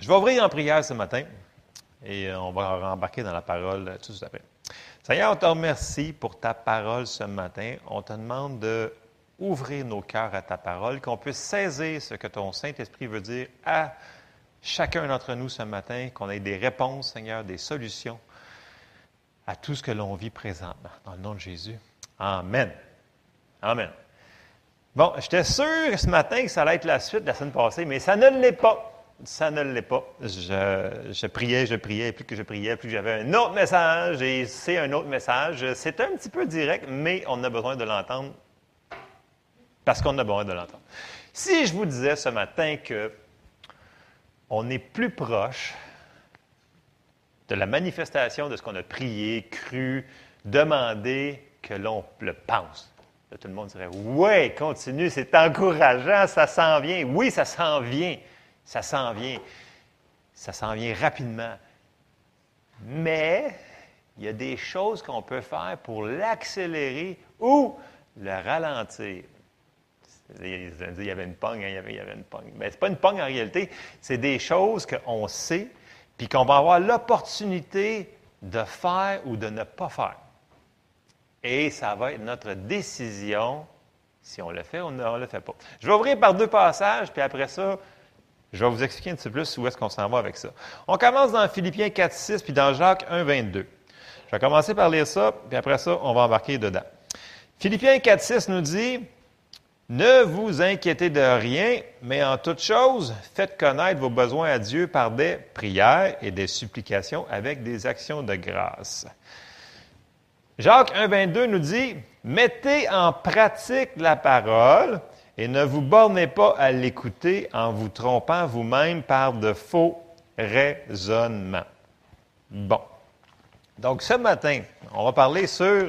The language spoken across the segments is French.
Je vais ouvrir en prière ce matin et on va embarquer dans la parole tout de suite après. Seigneur, on te remercie pour ta parole ce matin. On te demande d'ouvrir nos cœurs à ta parole, qu'on puisse saisir ce que ton Saint-Esprit veut dire à chacun d'entre nous ce matin, qu'on ait des réponses, Seigneur, des solutions à tout ce que l'on vit présentement. Dans le nom de Jésus. Amen. Amen. Bon, j'étais sûr ce matin que ça allait être la suite de la semaine passée, mais ça ne l'est pas. Ça ne l'est pas. Je priais, plus que je priais, plus que j'avais un autre message, et c'est un autre message. C'est un petit peu direct, mais on a besoin de l'entendre parce qu'on a besoin de l'entendre. Si je vous disais ce matin que on est plus proche de la manifestation de ce qu'on a prié, cru, demandé, que l'on le pense. Là, tout le monde dirait « Ouais, continue, c'est encourageant, ça s'en vient. » Oui, ça s'en vient. Ça s'en vient. Ça s'en vient rapidement. Mais il y a des choses qu'on peut faire pour l'accélérer ou le ralentir. Il y avait une pogne, hein, il y avait une pogne. Mais ce n'est pas une pogne en réalité, c'est des choses qu'on sait puis qu'on va avoir l'opportunité de faire ou de ne pas faire. Et ça va être notre décision si on le fait ou on ne le fait pas. Je vais ouvrir par 2 passages, puis après ça, je vais vous expliquer un petit peu plus où est-ce qu'on s'en va avec ça. On commence dans Philippiens 4,6 puis dans Jacques 1,22. Je vais commencer par lire ça, puis après ça, on va embarquer dedans. Philippiens 4,6 nous dit « Ne vous inquiétez de rien, mais en toute chose, faites connaître vos besoins à Dieu par des prières et des supplications avec des actions de grâce. » Jacques 1,22 nous dit « Mettez en pratique la parole et ne vous bornez pas à l'écouter en vous trompant vous-même par de faux raisonnements. » Bon. Donc, ce matin, on va parler sur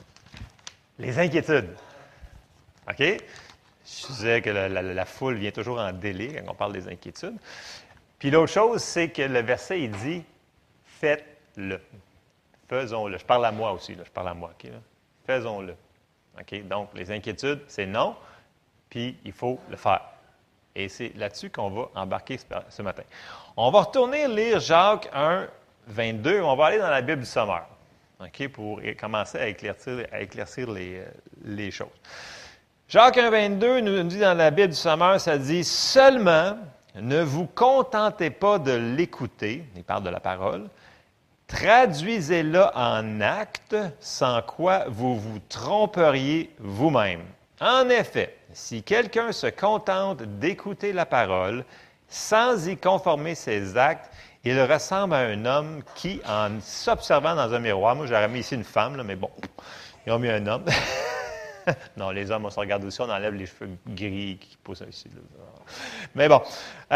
les inquiétudes. OK? Je disais que la foule vient toujours en délai quand on parle des inquiétudes. Puis l'autre chose, c'est que le verset, il dit « Faites-le ». Faisons-le. Je parle à moi aussi, là. Je parle à moi. Okay, là. Faisons-le. OK? Donc, les inquiétudes, c'est non, puis il faut le faire. Et c'est là-dessus qu'on va embarquer ce matin. On va retourner lire Jacques 1, 22. On va aller dans la Bible du Sommeur, OK, pour commencer à éclaircir les choses. Jacques 1, 22 nous dit dans la Bible du Sommeur, ça dit « Seulement, ne vous contentez pas de l'écouter, il parle de la parole, traduisez-la en actes, sans quoi vous vous tromperiez vous-même. En effet, si quelqu'un se contente d'écouter la parole, sans y conformer ses actes, il ressemble à un homme qui, en s'observant dans un miroir, moi j'aurais mis ici une femme, là, mais bon, ils ont mis un homme. Non, les hommes, on se regarde aussi, on enlève les cheveux gris qui poussent ici. Là. Mais bon.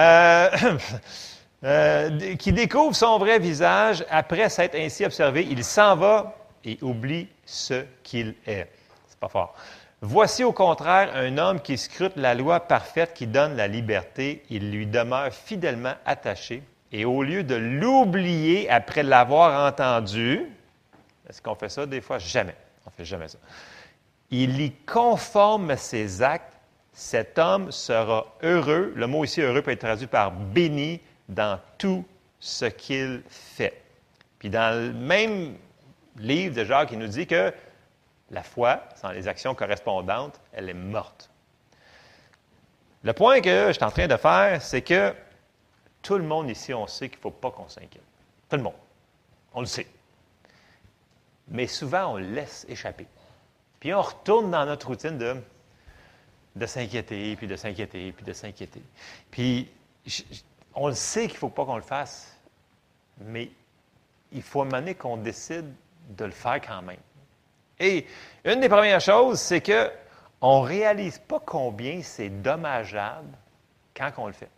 Qui découvre son vrai visage après s'être ainsi observé, il s'en va et oublie ce qu'il est. C'est pas fort. Voici au contraire un homme qui scrute la loi parfaite qui donne la liberté, il lui demeure fidèlement attaché et au lieu de l'oublier après l'avoir entendu, est-ce qu'on fait ça des fois? Jamais. On ne fait jamais ça. Il y conforme ses actes, cet homme sera heureux. Le mot ici heureux peut être traduit par béni dans tout ce qu'il fait. Puis dans le même livre de Jacques, il nous dit que la foi, sans les actions correspondantes, elle est morte. Le point que je suis en train de faire, c'est que tout le monde ici, on sait qu'il ne faut pas qu'on s'inquiète. Tout le monde. On le sait. Mais souvent, on le laisse échapper. Puis on retourne dans notre routine de s'inquiéter, puis de s'inquiéter, puis de s'inquiéter. Puis on le sait qu'il ne faut pas qu'on le fasse, mais il faut amener qu'on décide de le faire quand même. Et une des premières choses, c'est qu'on ne réalise pas combien c'est dommageable quand on le fait.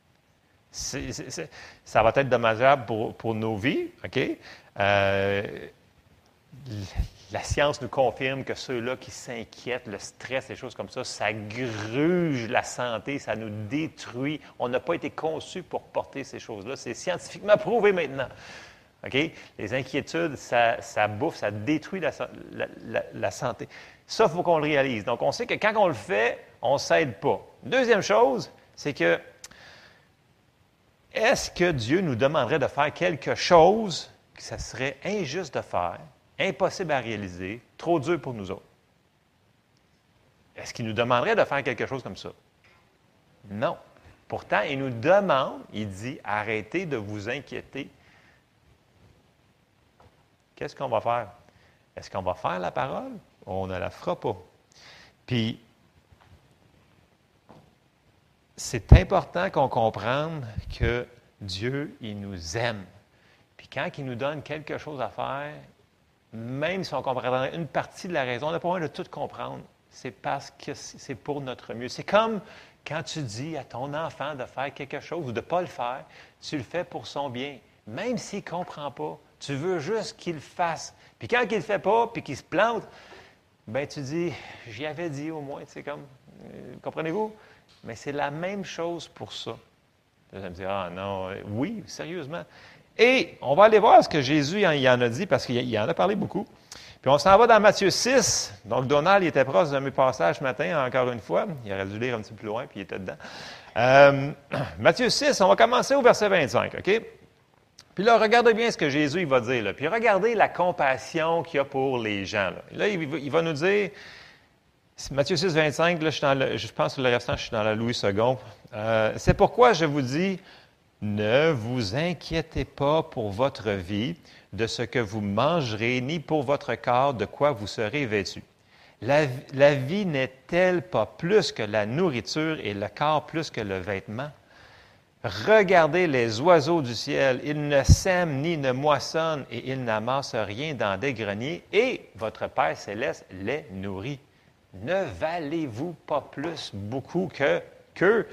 Ça va être dommageable pour nos vies, OK? La science nous confirme que ceux-là qui s'inquiètent, le stress, les choses comme ça gruge la santé, ça nous détruit. On n'a pas été conçus pour porter ces choses-là. C'est scientifiquement prouvé maintenant. OK? Les inquiétudes, ça bouffe, ça détruit la santé. Ça, il faut qu'on le réalise. Donc, on sait que quand on le fait, on ne s'aide pas. Deuxième chose, c'est que est-ce que Dieu nous demanderait de faire quelque chose que ça serait injuste de faire, impossible à réaliser, trop dur pour nous autres? Est-ce qu'il nous demanderait de faire quelque chose comme ça? Non. Pourtant, il nous demande, il dit, arrêtez de vous inquiéter. Qu'est-ce qu'on va faire? Est-ce qu'on va faire la parole? On ne la fera pas. Puis, c'est important qu'on comprenne que Dieu, il nous aime. Puis quand il nous donne quelque chose à faire, même si on comprendrait une partie de la raison, on n'a pas besoin de tout comprendre. C'est parce que c'est pour notre mieux. C'est comme quand tu dis à ton enfant de faire quelque chose ou de ne pas le faire, tu le fais pour son bien. Même s'il ne comprend pas, tu veux juste qu'il le fasse. Puis quand il ne le fait pas, puis qu'il se plante, bien tu dis, j'y avais dit au moins, tu sais, comme, comprenez-vous? Mais c'est la même chose pour ça. Vous allez me dire, ah non, oui, sérieusement. Et on va aller voir ce que Jésus il en a dit, parce qu'il en a parlé beaucoup. Puis on s'en va dans Matthieu 6. Donc Donald, il était proche de mes passages ce matin, encore une fois. Il aurait dû lire un petit peu plus loin, puis il était dedans. Matthieu 6, on va commencer au verset 25, OK? Puis là, regardez bien ce que Jésus il va dire. Là. Puis regardez la compassion qu'il y a pour les gens. Là, il va nous dire... Matthieu 6, 25, là, je pense que le restant, je suis dans la Louis II. C'est pourquoi je vous dis, ne vous inquiétez pas pour votre vie, de ce que vous mangerez, ni pour votre corps, de quoi vous serez vêtus. La vie n'est-elle pas plus que la nourriture et le corps plus que le vêtement? Regardez les oiseaux du ciel, ils ne sèment ni ne moissonnent et ils n'amassent rien dans des greniers, et votre Père céleste les nourrit. Ne valez-vous pas plus beaucoup qu'eux?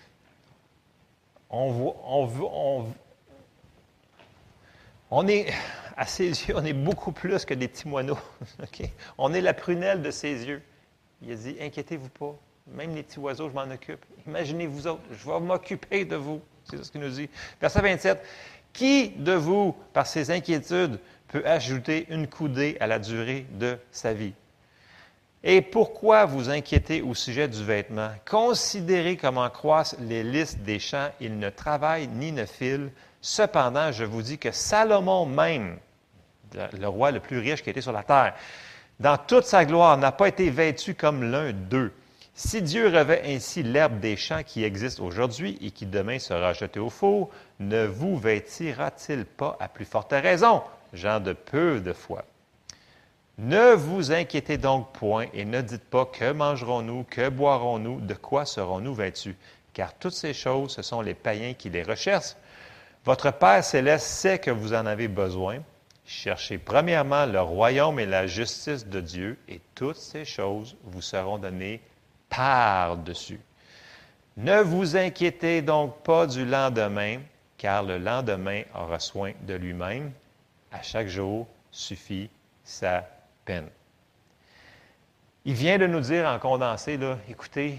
On est, à ses yeux, on est beaucoup plus que des petits moineaux. Okay? On est la prunelle de ses yeux. Il a dit, inquiétez-vous pas. Même les petits oiseaux, je m'en occupe. Imaginez-vous autres, je vais m'occuper de vous. C'est ce qu'il nous dit. Verset 27. Qui de vous, par ses inquiétudes, peut ajouter une coudée à la durée de sa vie? Et pourquoi vous inquiétez au sujet du vêtement? Considérez comment croissent les lys des champs. Ils ne travaillent ni ne filent. Cependant, je vous dis que Salomon même, le roi le plus riche qui a été sur la terre, dans toute sa gloire, n'a pas été vêtu comme l'un d'eux. Si Dieu revêt ainsi l'herbe des champs qui existe aujourd'hui et qui demain sera jetée au four, ne vous vêtira-t-il pas à plus forte raison, gens de peu de foi? Ne vous inquiétez donc point et ne dites pas que mangerons-nous, que boirons-nous, de quoi serons-nous vêtus, car toutes ces choses, ce sont les païens qui les recherchent. Votre Père céleste sait que vous en avez besoin. Cherchez premièrement le royaume et la justice de Dieu, et toutes ces choses vous seront données par-dessus. Ne vous inquiétez donc pas du lendemain, car le lendemain aura soin de lui-même. À chaque jour suffit sa peine. Il vient de nous dire en condensé, là, écoutez,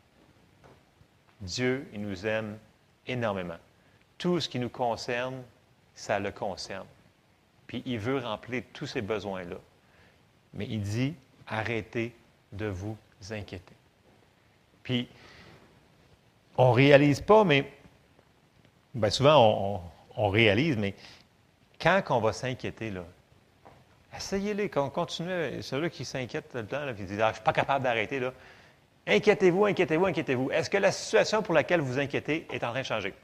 Dieu, il nous aime énormément. Tout ce qui nous concerne, ça le concerne. Puis il veut remplir tous ces besoins-là. Mais il dit, arrêtez de vous inquiéter. Puis, on ne réalise pas, mais bien souvent, on réalise, mais quand on va s'inquiéter, là, essayez-les, continuez. Ceux-là qui s'inquiètent tout le temps, là, qui disent, je ne suis pas capable d'arrêter, là. Inquiétez-vous, inquiétez-vous, inquiétez-vous. Est-ce que la situation pour laquelle vous inquiétez est en train de changer?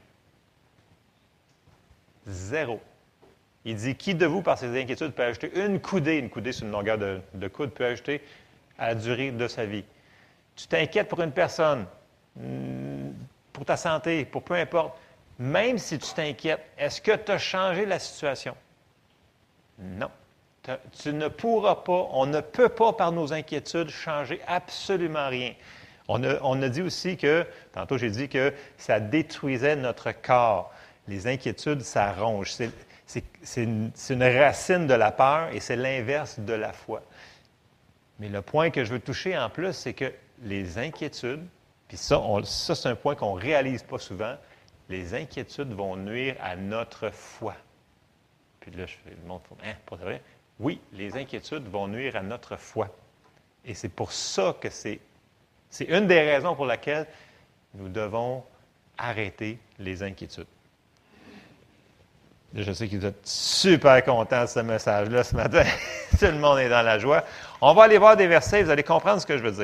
Zéro. Il dit, qui de vous, par ses inquiétudes, peut ajouter une coudée c'est une longueur de coude, peut ajouter à la durée de sa vie. Tu t'inquiètes pour une personne, pour ta santé, pour peu importe. Même si tu t'inquiètes, est-ce que tu as changé la situation? Non. Tu ne pourras pas, on ne peut pas, par nos inquiétudes, changer absolument rien. On a dit aussi que, tantôt j'ai dit que ça détruisait notre corps. Les inquiétudes, ça ronge. C'est une racine de la peur et c'est l'inverse de la foi. Mais le point que je veux toucher en plus, c'est que les inquiétudes, puis ça c'est un point qu'on ne réalise pas souvent, les inquiétudes vont nuire à notre foi. Puis là, je fais le monde, pas vrai? Oui, les inquiétudes vont nuire à notre foi. Et c'est pour ça que c'est une des raisons pour laquelle nous devons arrêter les inquiétudes. Je sais que vous êtes super contents de ce message-là ce matin. Tout le monde est dans la joie. On va aller voir des versets, vous allez comprendre ce que je veux dire.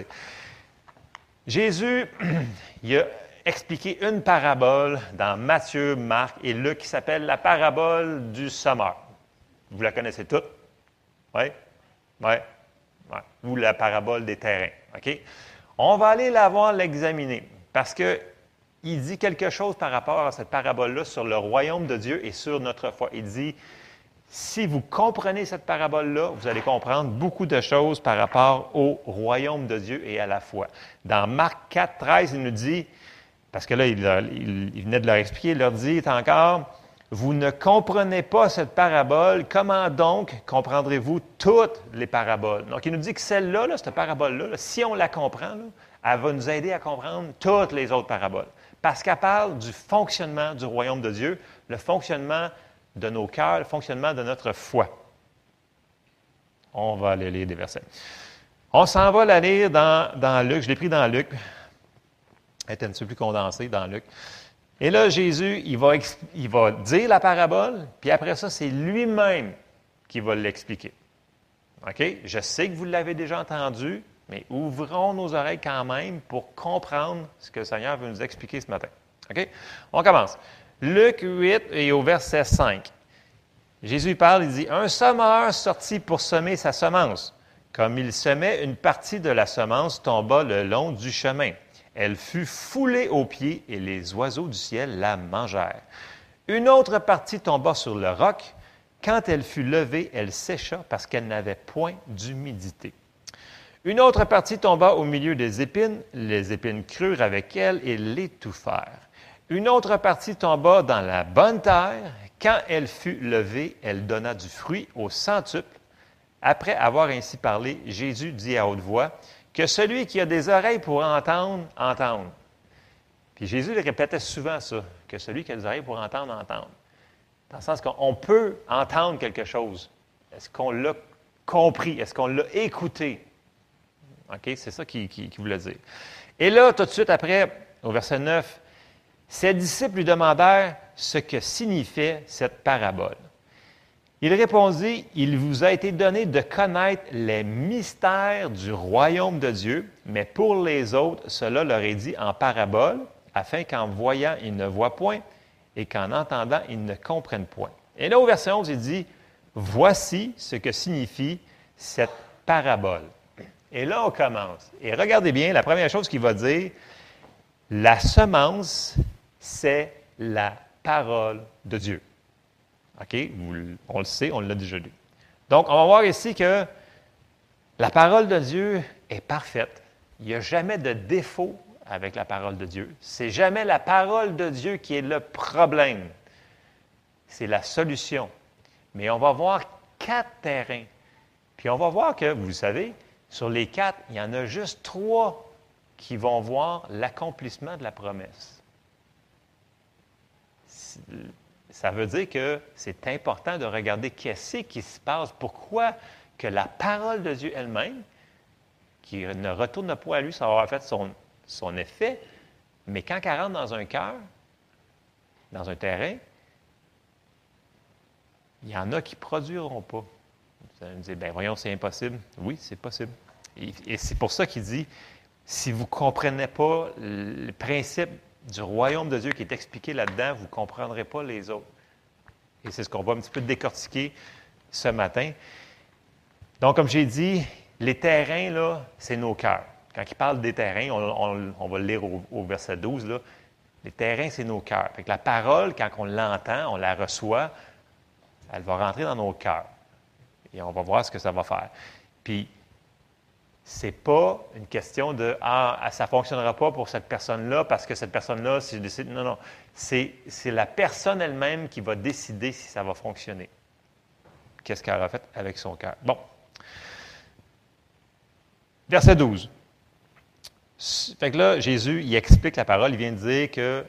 Jésus, il a expliqué une parabole dans Matthieu, Marc et Luc qui s'appelle la parabole du semeur. Vous la connaissez toutes? Oui? Oui? Ouais. Ou la parabole des terrains. OK? On va aller la voir, l'examiner, parce qu'il dit quelque chose par rapport à cette parabole-là sur le royaume de Dieu et sur notre foi. Il dit, si vous comprenez cette parabole-là, vous allez comprendre beaucoup de choses par rapport au royaume de Dieu et à la foi. Dans Marc 4, 13, il nous dit, parce que là, il venait de leur expliquer, il leur dit encore, vous ne comprenez pas cette parabole, comment donc comprendrez-vous toutes les paraboles? Donc, il nous dit que celle-là, cette parabole-là, si on la comprend, là, elle va nous aider à comprendre toutes les autres paraboles. Parce qu'elle parle du fonctionnement du royaume de Dieu, le fonctionnement de nos cœurs, le fonctionnement de notre foi. On va aller lire des versets. On s'en va la lire dans Luc. Je l'ai pris dans Luc. Elle était un petit peu plus condensée dans Luc. Et là, Jésus, il va dire la parabole, puis après ça, c'est lui-même qui va l'expliquer. OK? Je sais que vous l'avez déjà entendu, mais ouvrons nos oreilles quand même pour comprendre ce que le Seigneur veut nous expliquer ce matin. OK? On commence. Luc 8 et au verset 5. Jésus parle, il dit, « Un semeur sortit pour semer sa semence. Comme il semait, une partie de la semence tomba le long du chemin. Elle fut foulée aux pieds et les oiseaux du ciel la mangèrent. Une autre partie tomba sur le roc. Quand elle fut levée, elle sécha parce qu'elle n'avait point d'humidité. Une autre partie tomba au milieu des épines. Les épines crurent avec elle et l'étouffèrent. Une autre partie tomba dans la bonne terre. Quand elle fut levée, elle donna du fruit au centuple. Après avoir ainsi parlé, Jésus dit à haute voix, que celui qui a des oreilles pour entendre, entende. Puis Jésus le répétait souvent ça, que celui qui a des oreilles pour entendre, entende. Dans le sens qu'on peut entendre quelque chose. Est-ce qu'on l'a compris? Est-ce qu'on l'a écouté? OK? C'est ça qu'il voulait dire. Et là, tout de suite après, au verset 9, ses disciples lui demandèrent ce que signifiait cette parabole. Il répondit, « Il vous a été donné de connaître les mystères du royaume de Dieu, mais pour les autres, cela leur est dit en parabole, afin qu'en voyant, ils ne voient point, et qu'en entendant, ils ne comprennent point. » Et là, au verset 11, il dit, « Voici ce que signifie cette parabole. » Et là, on commence. Et regardez bien, la première chose qu'il va dire, la semence, c'est la parole de Dieu. OK? On le sait, on l'a déjà lu. Donc, on va voir ici que la parole de Dieu est parfaite. Il n'y a jamais de défaut avec la parole de Dieu. C'est jamais la parole de Dieu qui est le problème. C'est la solution. Mais on va voir 4 terrains. Puis on va voir que, vous le savez, sur les 4, il y en a juste 3 qui vont voir l'accomplissement de la promesse. Ça veut dire que c'est important de regarder qu'est-ce qui se passe, pourquoi que la parole de Dieu elle-même, qui ne retourne pas à lui, ça va avoir fait son effet, mais quand elle rentre dans un cœur, dans un terrain, il y en a qui ne produiront pas. Vous allez me dire, bien voyons, c'est impossible. Oui, c'est possible. Et c'est pour ça qu'il dit, si vous ne comprenez pas le principe du royaume de Dieu qui est expliqué là-dedans, vous ne comprendrez pas les autres. Et c'est ce qu'on va un petit peu décortiquer ce matin. Donc, comme j'ai dit, les terrains, là, c'est nos cœurs. Quand il parle des terrains, on va le lire au verset 12, là, les terrains, c'est nos cœurs. Fait que la parole, quand on l'entend, on la reçoit, elle va rentrer dans nos cœurs. Et on va voir ce que ça va faire. Puis, c'est pas une question de « Ah, ça ne fonctionnera pas pour cette personne-là parce que cette personne-là, si je décide... » Non, non. C'est la personne elle-même qui va décider si ça va fonctionner. Qu'est-ce qu'elle a fait avec son cœur? Bon. Verset 12. Fait que là, Jésus, il explique la parole. Il vient de dire que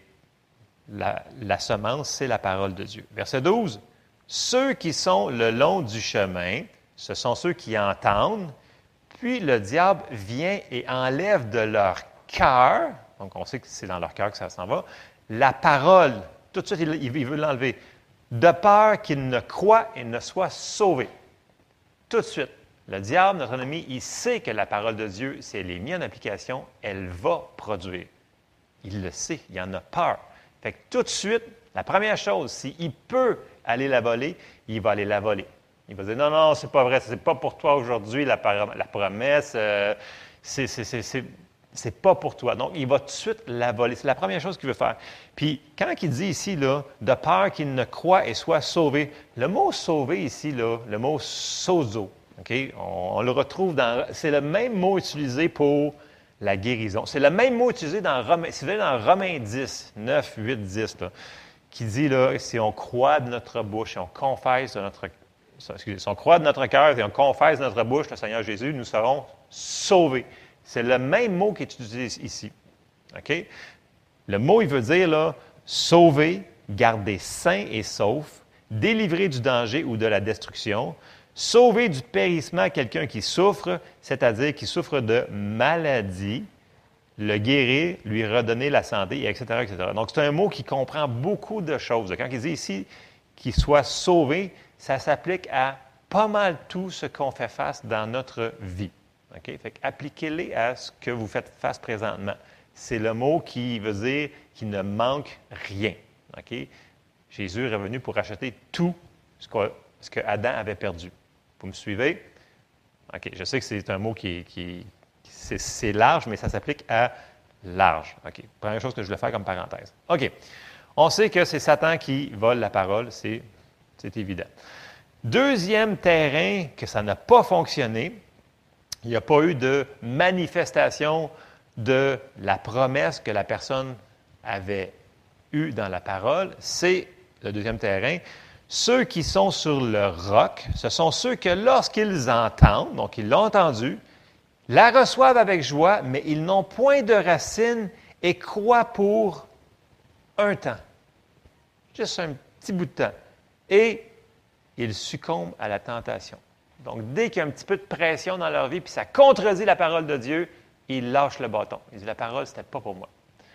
la semence, c'est la parole de Dieu. Verset 12. « Ceux qui sont le long du chemin, ce sont ceux qui entendent, puis le diable vient et enlève de leur cœur, donc on sait que c'est dans leur cœur que ça s'en va, la parole. Tout de suite, il veut l'enlever. de peur qu'il ne croie et ne soit sauvé. Tout de suite, le diable, notre ennemi, il sait que la parole de Dieu, si elle est mise en application, elle va produire. Il le sait, il en a peur. Fait que tout de suite, la première chose, s'il peut aller la voler, il va aller la voler. Il va dire, non, non, c'est pas vrai, c'est pas pour toi aujourd'hui la promesse, c'est pas pour toi. Donc, il va tout de suite la voler. C'est la première chose qu'il veut faire. Puis, quand il dit ici, là, de peur qu'il ne croie et soit sauvé, le mot sauvé ici, là, le mot sozo, okay? On le retrouve dans. C'est le même mot utilisé pour la guérison. C'est le même mot utilisé dans Romains. Si vous allez dans Romains 10, 9, 8, 10, là, qui dit, là, si on croit de notre bouche, si on confesse de notre. Excusez, si on croit de notre cœur et on confesse de notre bouche le Seigneur Jésus, nous serons sauvés. C'est le même mot qui est utilisé ici. OK? Le mot, il veut dire, là, sauver, garder sain et sauf, délivrer du danger ou de la destruction, sauver du périssement quelqu'un qui souffre, c'est-à-dire qui souffre de maladie, le guérir, lui redonner la santé, etc., etc. Donc, c'est un mot qui comprend beaucoup de choses. Quand il dit ici qu'il soit sauvé, ça s'applique à pas mal tout ce qu'on fait face dans notre vie. Okay? Fait qu'appliquez-les à ce que vous faites face présentement. C'est le mot qui veut dire qu'il ne manque rien. Okay? Jésus est revenu pour racheter tout ce que Adam avait perdu. Vous me suivez? OK. Je sais que c'est un mot c'est large, mais ça s'applique à large. OK. Première chose que je voulais faire comme parenthèse. OK. On sait que c'est Satan qui vole la parole, c'est évident. Deuxième terrain que ça n'a pas fonctionné, il n'y a pas eu de manifestation de la promesse que la personne avait eue dans la parole, c'est le deuxième terrain. Ceux qui sont sur le roc, ce sont ceux que lorsqu'ils entendent, donc ils l'ont entendu, la reçoivent avec joie, mais ils n'ont point de racines et croient pour un temps. Juste un petit bout de temps. Et ils succombent à la tentation. Donc, dès qu'il y a un petit peu de pression dans leur vie, puis ça contredit la parole de Dieu, ils lâchent le bâton. Ils disent, la parole, ce n'était pas pour moi.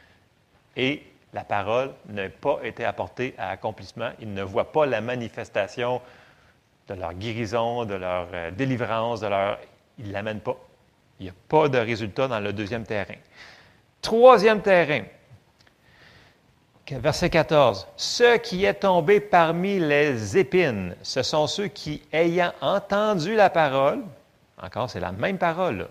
Et la parole n'a pas été apportée à accomplissement. Ils ne voient pas la manifestation de leur guérison, de leur délivrance, ils ne l'amènent pas. Il n'y a pas de résultat dans le deuxième terrain. Troisième terrain, verset 14. « Ce qui est tombé parmi les épines, ce sont ceux qui, ayant entendu la parole, encore c'est la même parole,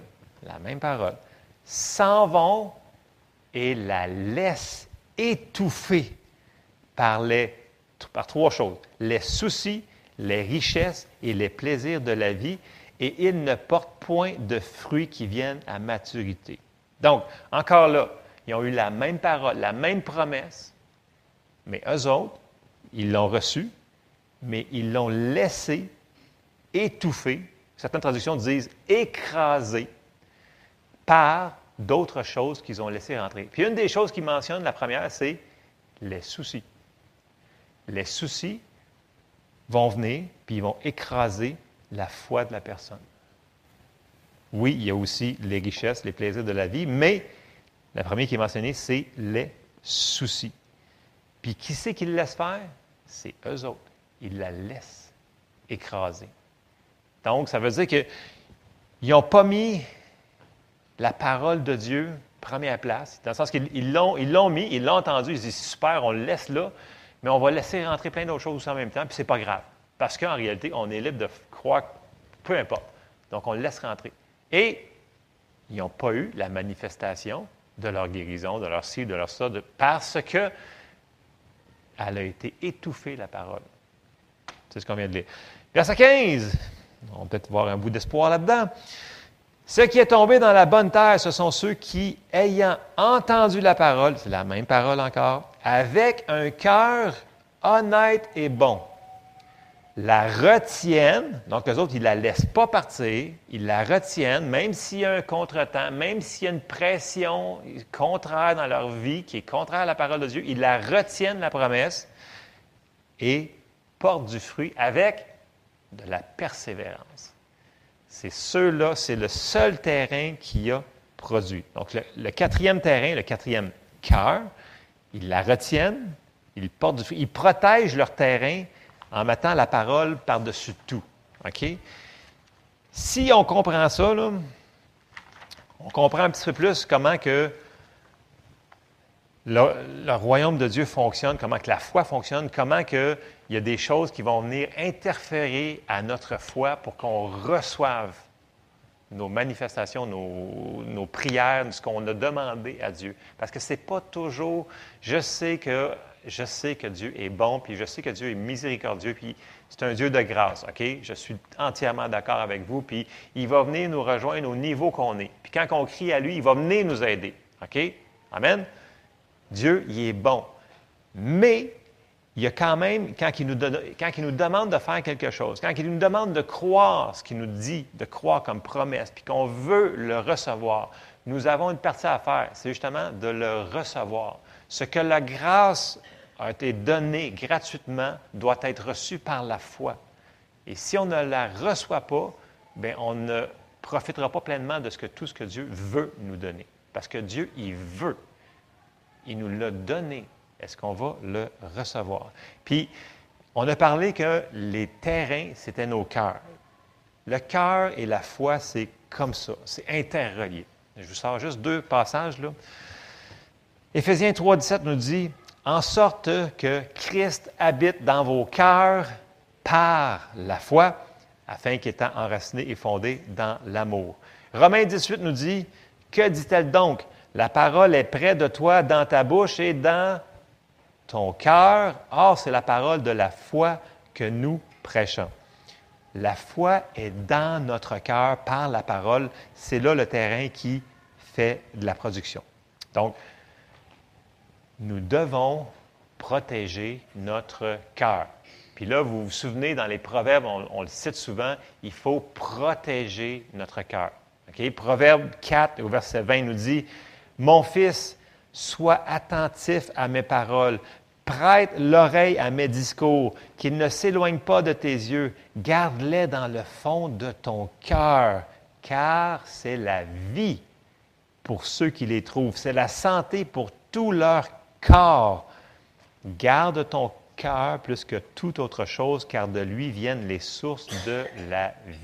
s'en vont et la laissent étouffer par trois choses, les soucis, les richesses et les plaisirs de la vie, et ils ne portent point de fruits qui viennent à maturité. » Donc, encore là, ils ont eu la même parole, la même promesse, mais eux autres, ils l'ont reçu, mais ils l'ont laissé étouffer. Certaines traductions disent écraser par d'autres choses qu'ils ont laissé rentrer. Puis une des choses qu'ils mentionnent, la première, c'est les soucis. Les soucis vont venir, puis ils vont écraser la foi de la personne. Oui, il y a aussi les richesses, les plaisirs de la vie, mais la première qui est mentionnée, c'est les soucis. Puis qui c'est qui le laisse faire? C'est eux autres. Ils la laissent écraser. Donc, ça veut dire qu'ils n'ont pas mis la parole de Dieu première place, dans le sens qu'ils l'ont mis, ils l'ont entendu, ils disent, super, on le laisse là, mais on va laisser rentrer plein d'autres choses aussi en même temps, puis c'est pas grave. Parce qu'en réalité, on est libre de croire, peu importe. Donc, on le laisse rentrer. Et ils n'ont pas eu la manifestation de leur guérison, de leur ci, de leur ça, parce que elle a été étouffée, la parole. C'est ce qu'on vient de lire. Verset 15. On peut peut-être voir un bout d'espoir là-dedans. Ce qui est tombé dans la bonne terre, ce sont ceux qui, ayant entendu la parole, c'est la même parole encore, avec un cœur honnête et bon, la retiennent, donc les autres, ils ne la laissent pas partir, ils la retiennent, même s'il y a un contretemps, même s'il y a une pression contraire dans leur vie, qui est contraire à la parole de Dieu, ils la retiennent, la promesse, et portent du fruit avec de la persévérance. C'est ceux-là, c'est le seul terrain qui a produit. Donc, le quatrième terrain, le quatrième cœur, ils la retiennent, ils portent du fruit, ils protègent leur terrain en mettant la parole par-dessus tout. OK? Si on comprend ça, là, on comprend un petit peu plus comment que le royaume de Dieu fonctionne, comment que la foi fonctionne, comment que il y a des choses qui vont venir interférer à notre foi pour qu'on reçoive nos manifestations, nos prières, ce qu'on a demandé à Dieu. Parce que ce n'est pas toujours, je sais que Dieu est bon, puis je sais que Dieu est miséricordieux, puis c'est un Dieu de grâce, OK? Je suis entièrement d'accord avec vous, puis il va venir nous rejoindre au niveau qu'on est. Puis quand on crie à lui, il va venir nous aider, OK? Amen? Dieu, il est bon. Mais il y a quand même, quand il nous demande de faire quelque chose, quand il nous demande de croire ce qu'il nous dit, de croire comme promesse, puis qu'on veut le recevoir, nous avons une partie à faire, c'est justement de le recevoir. Ce que la grâce a été donnée gratuitement doit être reçu par la foi. Et si on ne la reçoit pas, bien, on ne profitera pas pleinement de tout ce que Dieu veut nous donner. Parce que Dieu, il veut. Il nous l'a donné. Est-ce qu'on va le recevoir? Puis, on a parlé que les terrains, c'était nos cœurs. Le cœur et la foi, c'est comme ça. C'est interrelié. Je vous sors juste 2 passages, là. Éphésiens 3, 17 nous dit « En sorte que Christ habite dans vos cœurs par la foi, afin qu'étant enraciné et fondé dans l'amour. » Romains 18 nous dit « Que dit-elle donc? La parole est près de toi, dans ta bouche et dans ton cœur. Or, c'est la parole de la foi que nous prêchons. » La foi est dans notre cœur par la parole. C'est là le terrain qui fait de la production. Donc, nous devons protéger notre cœur. Puis là, vous vous souvenez, dans les Proverbes, on le cite souvent, il faut protéger notre cœur. Okay? Proverbe 4, au verset 20, nous dit « Mon fils, sois attentif à mes paroles, prête l'oreille à mes discours, qu'ils ne s'éloignent pas de tes yeux, garde-les dans le fond de ton cœur, car c'est la vie pour ceux qui les trouvent, c'est la santé pour tout leur corps. Garde ton cœur plus que toute autre chose, car de lui viennent les sources de la vie. »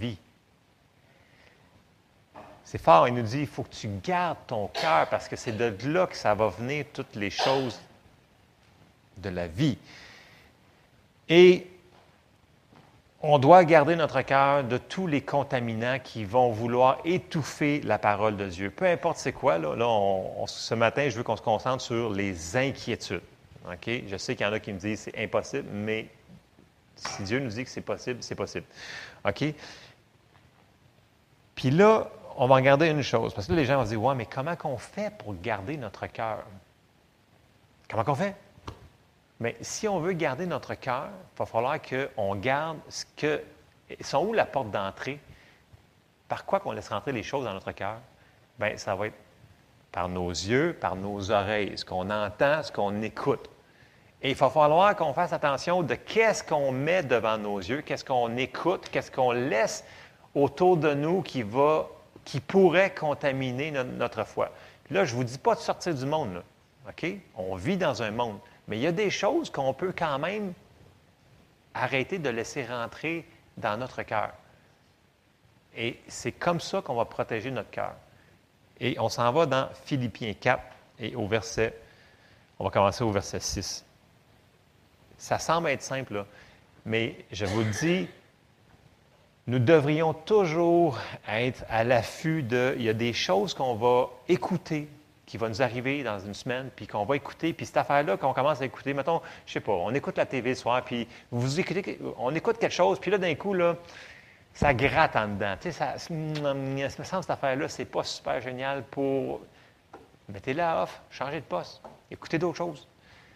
C'est fort, il nous dit, il faut que tu gardes ton cœur, parce que c'est de là que ça va venir toutes les choses de la vie. Et on doit garder notre cœur de tous les contaminants qui vont vouloir étouffer la parole de Dieu. Peu importe c'est quoi, là ce matin, je veux qu'on se concentre sur les inquiétudes. Okay? Je sais qu'il y en a qui me disent c'est impossible, mais si Dieu nous dit que c'est possible, c'est possible. OK? Puis là, on va regarder une chose, parce que là, les gens vont se dire, ouais, mais comment qu'on fait pour garder notre cœur? Comment qu'on fait? Mais si on veut garder notre cœur, il va falloir qu'on garde ce que... Sont où la porte d'entrée? Par quoi qu'on laisse rentrer les choses dans notre cœur? Bien, ça va être par nos yeux, par nos oreilles, ce qu'on entend, ce qu'on écoute. Et il va falloir qu'on fasse attention de qu'est-ce qu'on met devant nos yeux, qu'est-ce qu'on écoute, qu'est-ce qu'on laisse autour de nous qui pourrait contaminer notre foi. Puis là, je ne vous dis pas de sortir du monde, là. OK? On vit dans un monde. Mais il y a des choses qu'on peut quand même arrêter de laisser rentrer dans notre cœur. Et c'est comme ça qu'on va protéger notre cœur. Et on s'en va dans Philippiens 4 et on va commencer au verset 6. Ça semble être simple, là, mais je vous le dis, nous devrions toujours être à l'affût il y a des choses qu'on va écouter, qui va nous arriver dans une semaine, puis qu'on va écouter, puis cette affaire-là qu'on commence à écouter, mettons, je sais pas, on écoute la TV le soir, puis on écoute quelque chose, puis là, d'un coup, là, ça gratte en dedans. Tu sais, ça me semble cette affaire-là, c'est pas super génial pour... Mettez-la off, changez de poste, écoutez d'autres choses.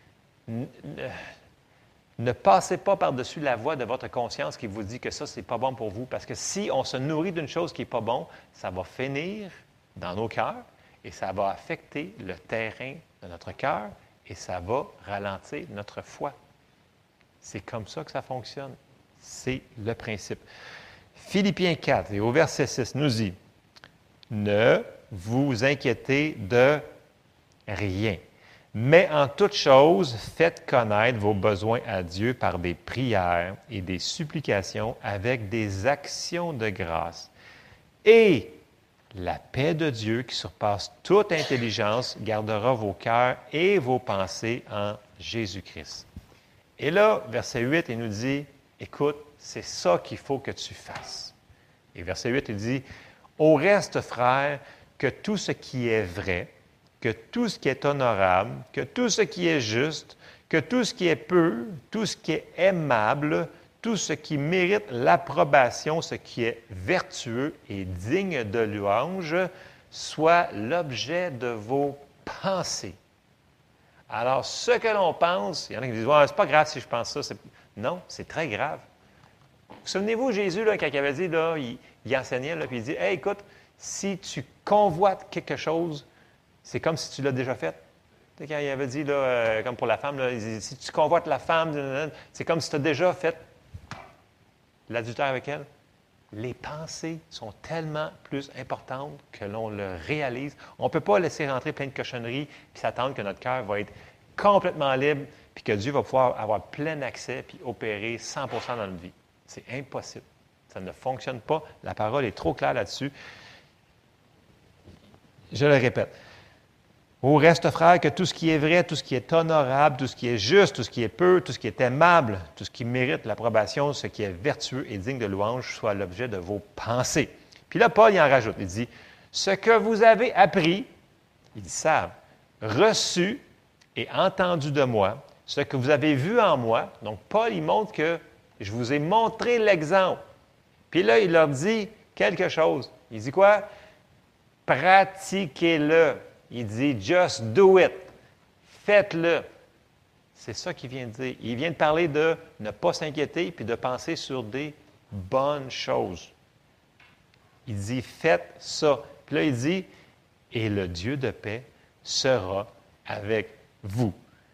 Ne passez pas par-dessus la voix de votre conscience qui vous dit que ça, c'est pas bon pour vous, parce que si on se nourrit d'une chose qui n'est pas bon, ça va finir dans nos cœurs, et ça va affecter le terrain de notre cœur et ça va ralentir notre foi. C'est comme ça que ça fonctionne. C'est le principe. Philippiens 4, et au verset 6, nous dit « Ne vous inquiétez de rien, Mais en toute chose, faites connaître vos besoins à Dieu par des prières et des supplications avec des actions de grâce. Et la paix de Dieu qui surpasse toute intelligence gardera vos cœurs et vos pensées en Jésus-Christ. Et là, verset 8, il nous dit, écoute, c'est ça qu'il faut que tu fasses. Et verset 8, il dit, au reste, frères, que tout ce qui est vrai, que tout ce qui est honorable, que tout ce qui est juste, que tout ce qui est pur, tout ce qui est aimable, tout ce qui mérite l'approbation, ce qui est vertueux et digne de louange, soit l'objet de vos pensées. Alors, ce que l'on pense, il y en a qui disent, ouais, c'est pas grave si je pense ça. Non, c'est très grave. Souvenez-vous, Jésus, là, quand il avait dit, là, il enseignait, là, puis il dit, hey, écoute, si tu convoites quelque chose, c'est comme si tu l'as déjà fait. Tu sais, quand il avait dit, là, comme pour la femme, là, il dit, si tu convoites la femme, c'est comme si tu as déjà fait l'adultère avec elle. Les pensées sont tellement plus importantes que l'on le réalise. On ne peut pas laisser rentrer plein de cochonneries et s'attendre que notre cœur va être complètement libre puis que Dieu va pouvoir avoir plein accès puis opérer 100% dans notre vie. C'est impossible. Ça ne fonctionne pas. La parole est trop claire là-dessus. Je le répète. Au reste, frères, que tout ce qui est vrai, tout ce qui est honorable, tout ce qui est juste, tout ce qui est pur, tout ce qui est aimable, tout ce qui mérite l'approbation, ce qui est vertueux et digne de louange, soit l'objet de vos pensées. Puis là, Paul, il en rajoute. Il dit, ce que vous avez appris, il dit ça, reçu et entendu de moi, ce que vous avez vu en moi. Donc, Paul, il montre que je vous ai montré l'exemple. Puis là, il leur dit quelque chose. Il dit quoi? Pratiquez-le. Il dit « just do it ». Faites-le. C'est ça qu'il vient de dire. Il vient de parler de ne pas s'inquiéter puis de penser sur des bonnes choses. Il dit « faites ça ». Puis là, il dit « et le Dieu de paix sera avec vous ».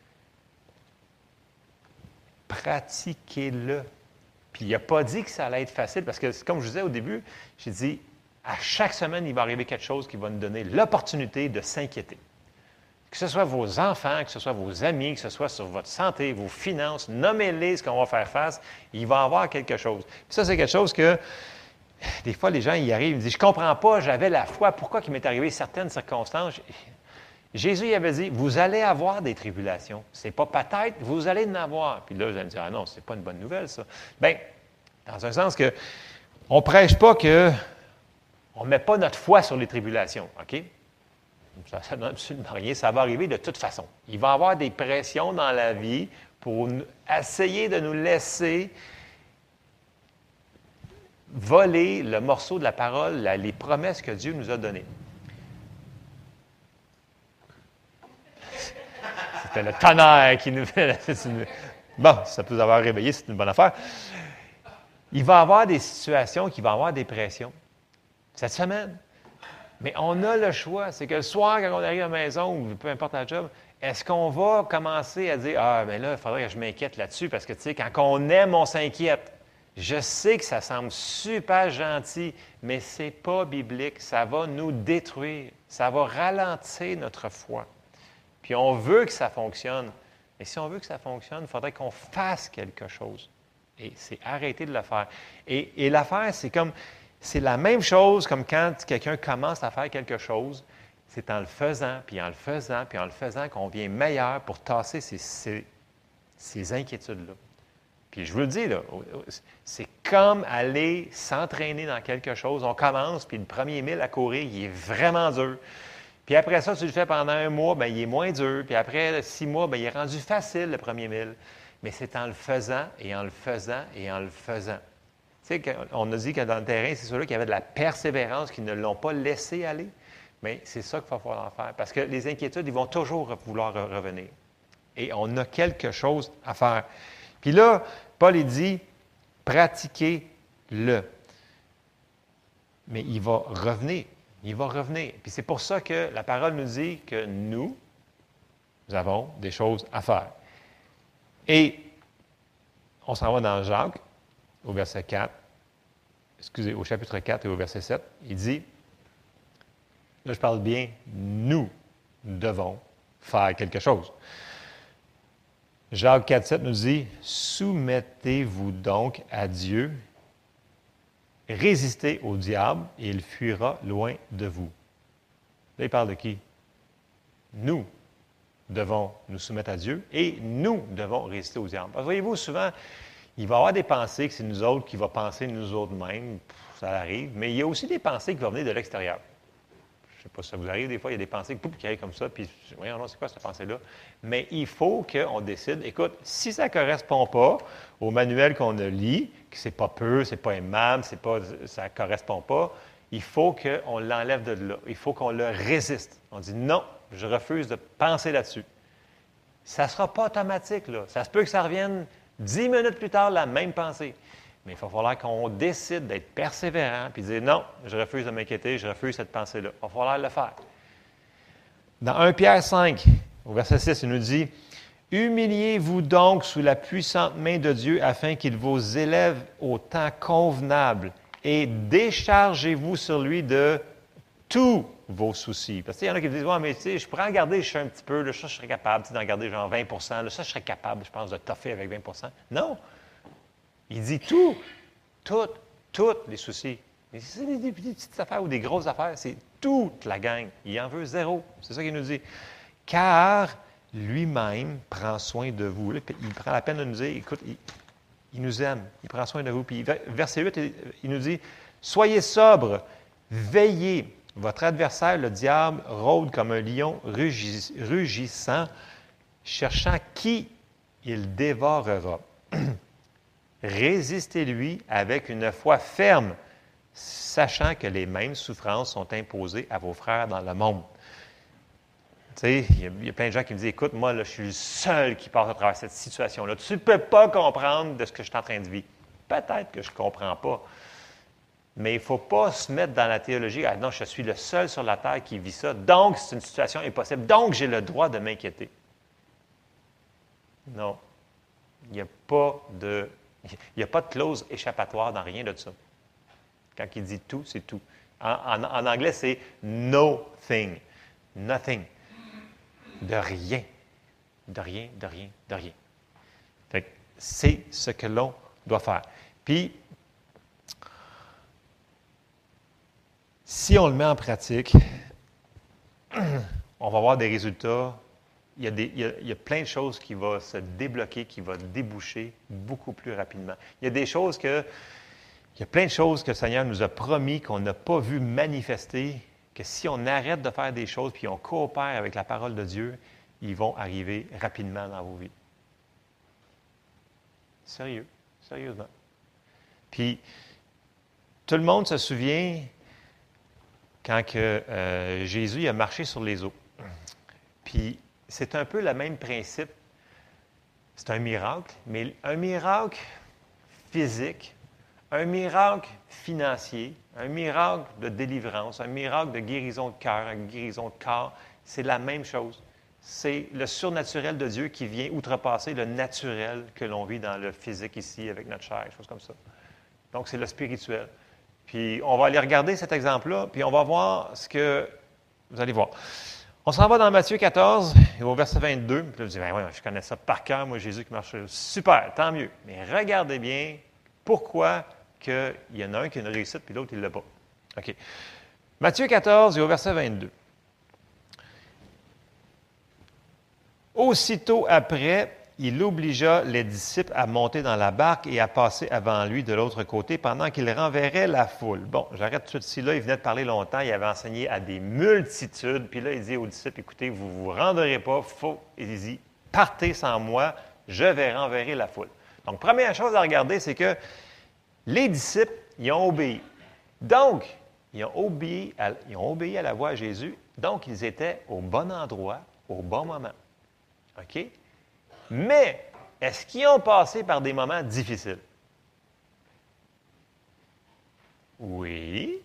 Pratiquez-le. Puis il n'a pas dit que ça allait être facile parce que, comme je disais au début, j'ai dit à chaque semaine, il va arriver quelque chose qui va nous donner l'opportunité de s'inquiéter. Que ce soit vos enfants, que ce soit vos amis, que ce soit sur votre santé, vos finances, nommez-les ce qu'on va faire face, il va y avoir quelque chose. Puis ça, c'est quelque chose que, des fois, les gens y arrivent, ils me disent, je ne comprends pas, j'avais la foi, pourquoi il m'est arrivé certaines circonstances? Jésus il avait dit, vous allez avoir des tribulations. C'est pas peut-être, vous allez en avoir. Puis là, vous allez me dire, ah non, c'est pas une bonne nouvelle, ça. Bien, dans un sens que, on ne prêche pas que on ne met pas notre foi sur les tribulations, OK? Ça ne donne absolument rien. Ça va arriver de toute façon. Il va y avoir des pressions dans la vie pour essayer de nous laisser voler le morceau de la parole, les promesses que Dieu nous a données. C'était le tonnerre qui nous fait... Bon, ça peut nous avoir réveillé, c'est une bonne affaire. Il va y avoir des situations qui vont avoir des pressions. Cette semaine. Mais on a le choix. C'est que le soir, quand on arrive à la maison, ou peu importe la job, est-ce qu'on va commencer à dire « Ah, mais là, il faudrait que je m'inquiète là-dessus, parce que, tu sais, quand on aime, on s'inquiète. » Je sais que ça semble super gentil, mais ce n'est pas biblique. Ça va nous détruire. Ça va ralentir notre foi. Puis on veut que ça fonctionne. Et si on veut que ça fonctionne, il faudrait qu'on fasse quelque chose. Et c'est arrêter de le faire. Et l'affaire, c'est la même chose comme quand quelqu'un commence à faire quelque chose. C'est en le faisant, puis en le faisant, puis en le faisant qu'on devient meilleur pour tasser ces inquiétudes-là. Puis je vous le dis, là, c'est comme aller s'entraîner dans quelque chose. On commence, puis le premier 1000 à courir, il est vraiment dur. Puis après ça, tu le fais pendant 1 mois, bien, il est moins dur. Puis après 6 mois, bien, il est rendu facile, le premier 1000. Mais c'est en le faisant, et en le faisant, et en le faisant. Tu sais, on a dit que dans le terrain, c'est ceux-là qui avaient de la persévérance, qui ne l'ont pas laissé aller. Mais c'est ça qu'il va falloir faire. Parce que les inquiétudes, ils vont toujours vouloir revenir. Et on a quelque chose à faire. Puis là, Paul, il dit, pratiquez-le. Mais il va revenir. Il va revenir. Puis c'est pour ça que la parole nous dit que nous avons des choses à faire. Et on s'en va dans Jacques, au verset 4, au chapitre 4 et au verset 7, il dit, là je parle bien, nous devons faire quelque chose. Jacques 4,7 nous dit « Soumettez-vous donc à Dieu, résistez au diable et il fuira loin de vous. » Là, il parle de qui? Nous devons nous soumettre à Dieu et nous devons résister au diable. Parce que voyez-vous, souvent, il va y avoir des pensées que c'est nous autres qui va penser nous autres-mêmes, ça arrive, mais il y a aussi des pensées qui vont venir de l'extérieur. Je ne sais pas si ça vous arrive, des fois, il y a des pensées qui arrivent comme ça, puis voyons, non, c'est quoi cette pensée-là? Mais il faut qu'on décide, écoute, si ça ne correspond pas au manuel qu'on a lu, que c'est pas peu, c'est pas aimable, ça ne correspond pas, il faut qu'on l'enlève de là. Il faut qu'on le résiste. On dit non, je refuse de penser là-dessus. Ça ne sera pas automatique, là. Ça se peut que ça revienne 10 minutes plus tard, la même pensée. Mais il va falloir qu'on décide d'être persévérant puis dire non, je refuse de m'inquiéter, je refuse cette pensée-là. Il va falloir le faire. Dans 1 Pierre 5, au verset 6, il nous dit humiliez-vous donc sous la puissante main de Dieu afin qu'il vous élève au temps convenable et déchargez-vous sur lui de tous vos soucis. Parce qu'il y en a qui disent ouais, mais tu sais, je pourrais en garder un petit peu, là, ça, je serais capable d'en garder genre 20 là, ça, je serais capable, je pense, de toffer avec 20 Non! Il dit toutes les soucis. Mais c'est des petites affaires ou des grosses affaires, c'est toute la gang. Il en veut zéro. C'est ça qu'il nous dit. Car lui-même prend soin de vous. Là, il prend la peine de nous dire, écoute, il nous aime, il prend soin de vous. Puis verset 8, il nous dit, soyez sobres, veillez. Votre adversaire, le diable, rôde comme un lion rugissant, cherchant qui il dévorera. Résistez-lui avec une foi ferme, sachant que les mêmes souffrances sont imposées à vos frères dans le monde. Tu sais, il y a plein de gens qui me disent, écoute, moi, là, je suis le seul qui passe à travers cette situation-là. Tu ne peux pas comprendre de ce que je suis en train de vivre. Peut-être que je ne comprends pas. Mais il ne faut pas se mettre dans la théologie, ah non, je suis le seul sur la terre qui vit ça, donc c'est une situation impossible, donc j'ai le droit de m'inquiéter. Non. Il n'y a pas de clause échappatoire dans rien de ça. Quand il dit tout, c'est tout. En anglais, c'est no thing. Nothing. De rien. De rien, de rien, de rien. Fait que c'est ce que l'on doit faire. Puis, si on le met en pratique, on va avoir des résultats. Il y a plein de choses qui vont se débloquer, qui vont déboucher beaucoup plus rapidement. Il y a plein de choses que le Seigneur nous a promis qu'on n'a pas vu manifester, que si on arrête de faire des choses puis on coopère avec la parole de Dieu, ils vont arriver rapidement dans vos vies. Sérieux, sérieusement. Puis, tout le monde se souvient quand Jésus a marché sur les eaux. Puis, c'est un peu le même principe. C'est un miracle, mais un miracle physique, un miracle financier, un miracle de délivrance, un miracle de guérison de cœur, une guérison de corps, c'est la même chose. C'est le surnaturel de Dieu qui vient outrepasser le naturel que l'on vit dans le physique ici avec notre chair, des choses comme ça. Donc, c'est le spirituel. Puis, on va aller regarder cet exemple-là, puis on va voir ce que... Vous allez voir. On s'en va dans Matthieu 14, et au verset 22. Puis là, vous dites, ben, ouais, je connais ça par cœur, moi, Jésus qui marche. Super, tant mieux. Mais regardez bien pourquoi qu'il y en a un qui a une réussite, puis l'autre, il ne l'a pas. OK. Matthieu 14, et au verset 22. Aussitôt après, il obligea les disciples à monter dans la barque et à passer avant lui de l'autre côté pendant qu'il renverrait la foule. Bon, j'arrête tout de suite là. Il venait de parler longtemps. Il avait enseigné à des multitudes. Puis là, il dit aux disciples, écoutez, vous ne vous rendrez pas. Il dit, partez sans moi, je vais renverrer la foule. Donc, première chose à regarder, c'est que les disciples, ils ont obéi. Donc, ils ont obéi à la voix de Jésus. Donc, ils étaient au bon endroit, au bon moment. OK? Mais, est-ce qu'ils ont passé par des moments difficiles? Oui.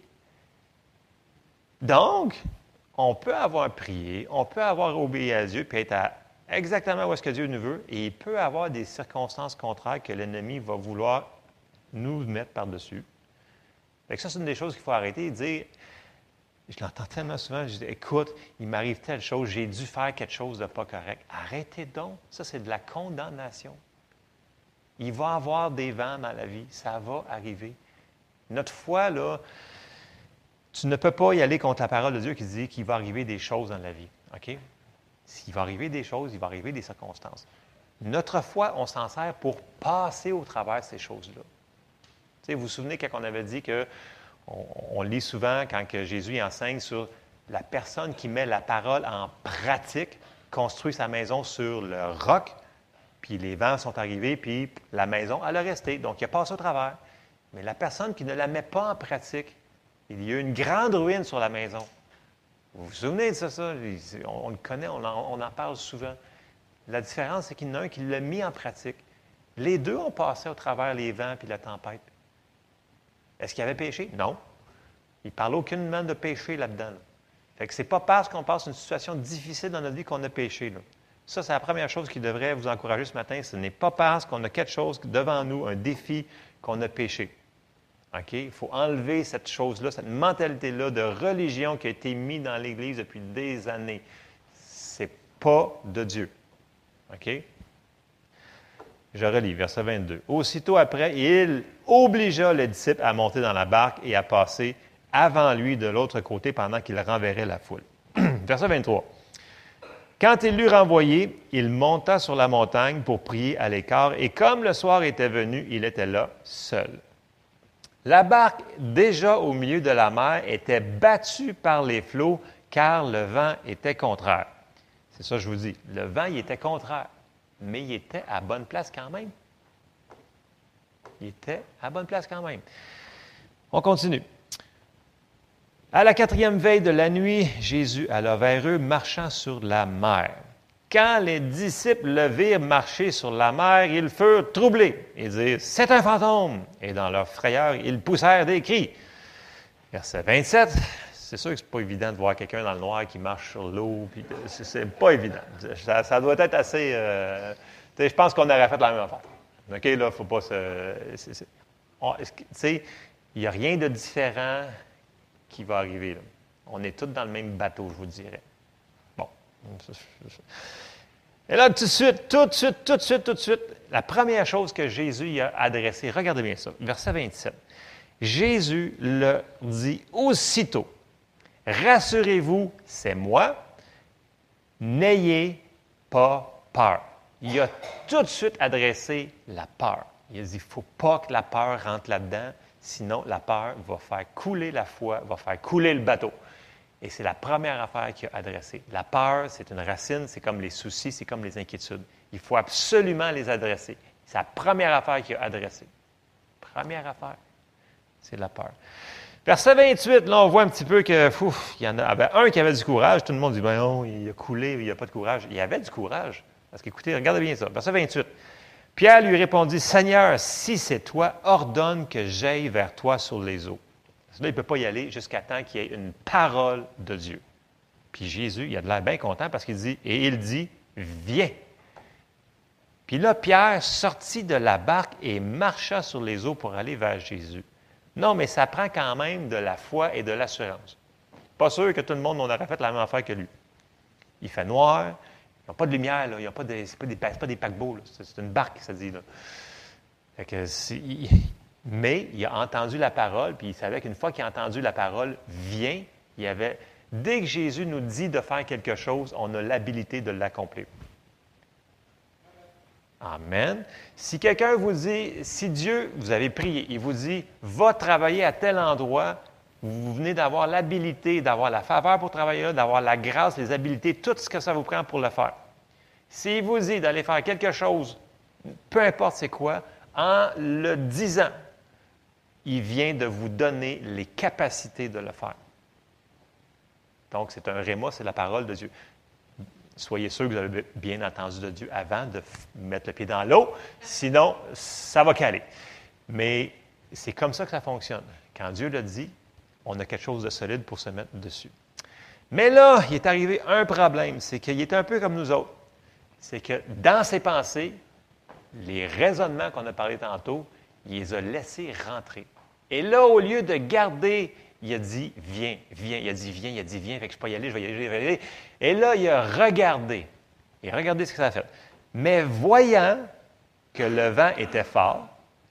Donc, on peut avoir prié, on peut avoir obéi à Dieu, puis être exactement où est-ce que Dieu nous veut, et il peut y avoir des circonstances contraires que l'ennemi va vouloir nous mettre par-dessus. Fait que ça, c'est une des choses qu'il faut arrêter et dire, Je l'entends tellement souvent, je dis, écoute, il m'arrive telle chose, j'ai dû faire quelque chose de pas correct. Arrêtez donc, ça c'est de la condamnation. Il va y avoir des vents dans la vie, ça va arriver. Notre foi, là, tu ne peux pas y aller contre la parole de Dieu qui dit qu'il va arriver des choses dans la vie. OK? S'il va arriver des choses, il va arriver des circonstances. Notre foi, on s'en sert pour passer au travers de ces choses-là. Vous vous souvenez quand on avait dit que, on lit souvent quand que Jésus enseigne sur la personne qui met la parole en pratique, construit sa maison sur le roc, puis les vents sont arrivés, puis la maison, elle a resté. Donc, il a passé au travers. Mais la personne qui ne la met pas en pratique, il y a eu une grande ruine sur la maison. Vous vous souvenez de ça? On le connaît, on en parle souvent. La différence, c'est qu'il y en a un qui l'a mis en pratique. Les deux ont passé au travers les vents et la tempête. Est-ce qu'il y avait péché? Non. Il ne parle aucunement de péché là-dedans. Fait que ce n'est pas parce qu'on passe une situation difficile dans notre vie qu'on a péché. Là. Ça, c'est la première chose qui devrait vous encourager ce matin. Ce n'est pas parce qu'on a quelque chose devant nous, un défi, qu'on a péché. OK? Il faut enlever cette chose-là, cette mentalité-là de religion qui a été mise dans l'Église depuis des années. Ce n'est pas de Dieu. OK? Je relis, verset 22. Aussitôt après, il obligea les disciples à monter dans la barque et à passer avant lui de l'autre côté pendant qu'il renverrait la foule. Verset 23. Quand il l'eut renvoyé, il monta sur la montagne pour prier à l'écart, et comme le soir était venu, il était là, seul. La barque, déjà au milieu de la mer, était battue par les flots, car le vent était contraire. C'est ça que je vous dis. Le vent, il était contraire, mais il était à bonne place quand même. Il était à bonne place quand même. On continue. À la 4e veille de la nuit, Jésus alla vers eux, marchant sur la mer. Quand les disciples le virent marcher sur la mer, ils furent troublés et dirent « C'est un fantôme! » Et dans leur frayeur, ils poussèrent des cris. Verset 27, c'est sûr que ce n'est pas évident de voir quelqu'un dans le noir qui marche sur l'eau. C'est pas évident. Ça doit être assez... je pense qu'on aurait fait la même affaire. OK, là, il ne faut pas se... Tu sais, il n'y a rien de différent qui va arriver. Là. On est tous dans le même bateau, je vous dirais. Bon. Et là, tout de suite, la première chose que Jésus y a adressée, regardez bien ça, verset 27. Jésus leur dit aussitôt, « Rassurez-vous, c'est moi, n'ayez pas peur. » Il a tout de suite adressé la peur. Il a dit, il ne faut pas que la peur rentre là-dedans, sinon la peur va faire couler la foi, va faire couler le bateau. Et c'est la première affaire qu'il a adressée. La peur, c'est une racine, c'est comme les soucis, c'est comme les inquiétudes. Il faut absolument les adresser. C'est la première affaire qu'il a adressée. Première affaire, c'est la peur. Verset 28, là, on voit un petit peu que, il y en avait un qui avait du courage. Tout le monde dit, ben non, il a coulé, il n'y a pas de courage. Il y avait du courage. Parce qu'écoutez, regardez bien ça. Verset 28. Pierre lui répondit, « Seigneur, si c'est toi, ordonne que j'aille vers toi sur les eaux. » Là, il ne peut pas y aller jusqu'à temps qu'il y ait une parole de Dieu. Puis Jésus, il a de l'air bien content parce qu'il dit, « Viens. » Puis là, Pierre sortit de la barque et marcha sur les eaux pour aller vers Jésus. Non, mais ça prend quand même de la foi et de l'assurance. Pas sûr que tout le monde en aurait fait la même affaire que lui. Il fait noir, il n'y a pas de lumière, là, il y a pas de, c'est pas des paquebots, là, c'est une barque, ça dit. Là. Fait que mais il a entendu la parole, puis il savait qu'une fois qu'il a entendu la parole, viens, dès que Jésus nous dit de faire quelque chose, on a l'habilité de l'accomplir. Amen. Si quelqu'un vous dit, si Dieu, vous avez prié, il vous dit, va travailler à tel endroit, vous venez d'avoir l'habilité, d'avoir la faveur pour travailler là, d'avoir la grâce, les habilités, tout ce que ça vous prend pour le faire. S'il vous dit d'aller faire quelque chose, peu importe c'est quoi, en le disant, il vient de vous donner les capacités de le faire. Donc, c'est un réma, c'est la parole de Dieu. Soyez sûr que vous avez bien entendu de Dieu avant de mettre le pied dans l'eau, sinon, ça va caler. Mais c'est comme ça que ça fonctionne. Quand Dieu le dit, on a quelque chose de solide pour se mettre dessus. Mais là, il est arrivé un problème, c'est qu'il est un peu comme nous autres. C'est que dans ses pensées, les raisonnements qu'on a parlé tantôt, il les a laissés rentrer. Et là, au lieu de garder il a dit, viens, viens. Il a dit, viens, il a dit, viens. Fait que je peux y aller, je vais y aller, je vais y aller. Et là, il a regardé. Il a regardé ce que ça a fait. Mais voyant que le vent était fort,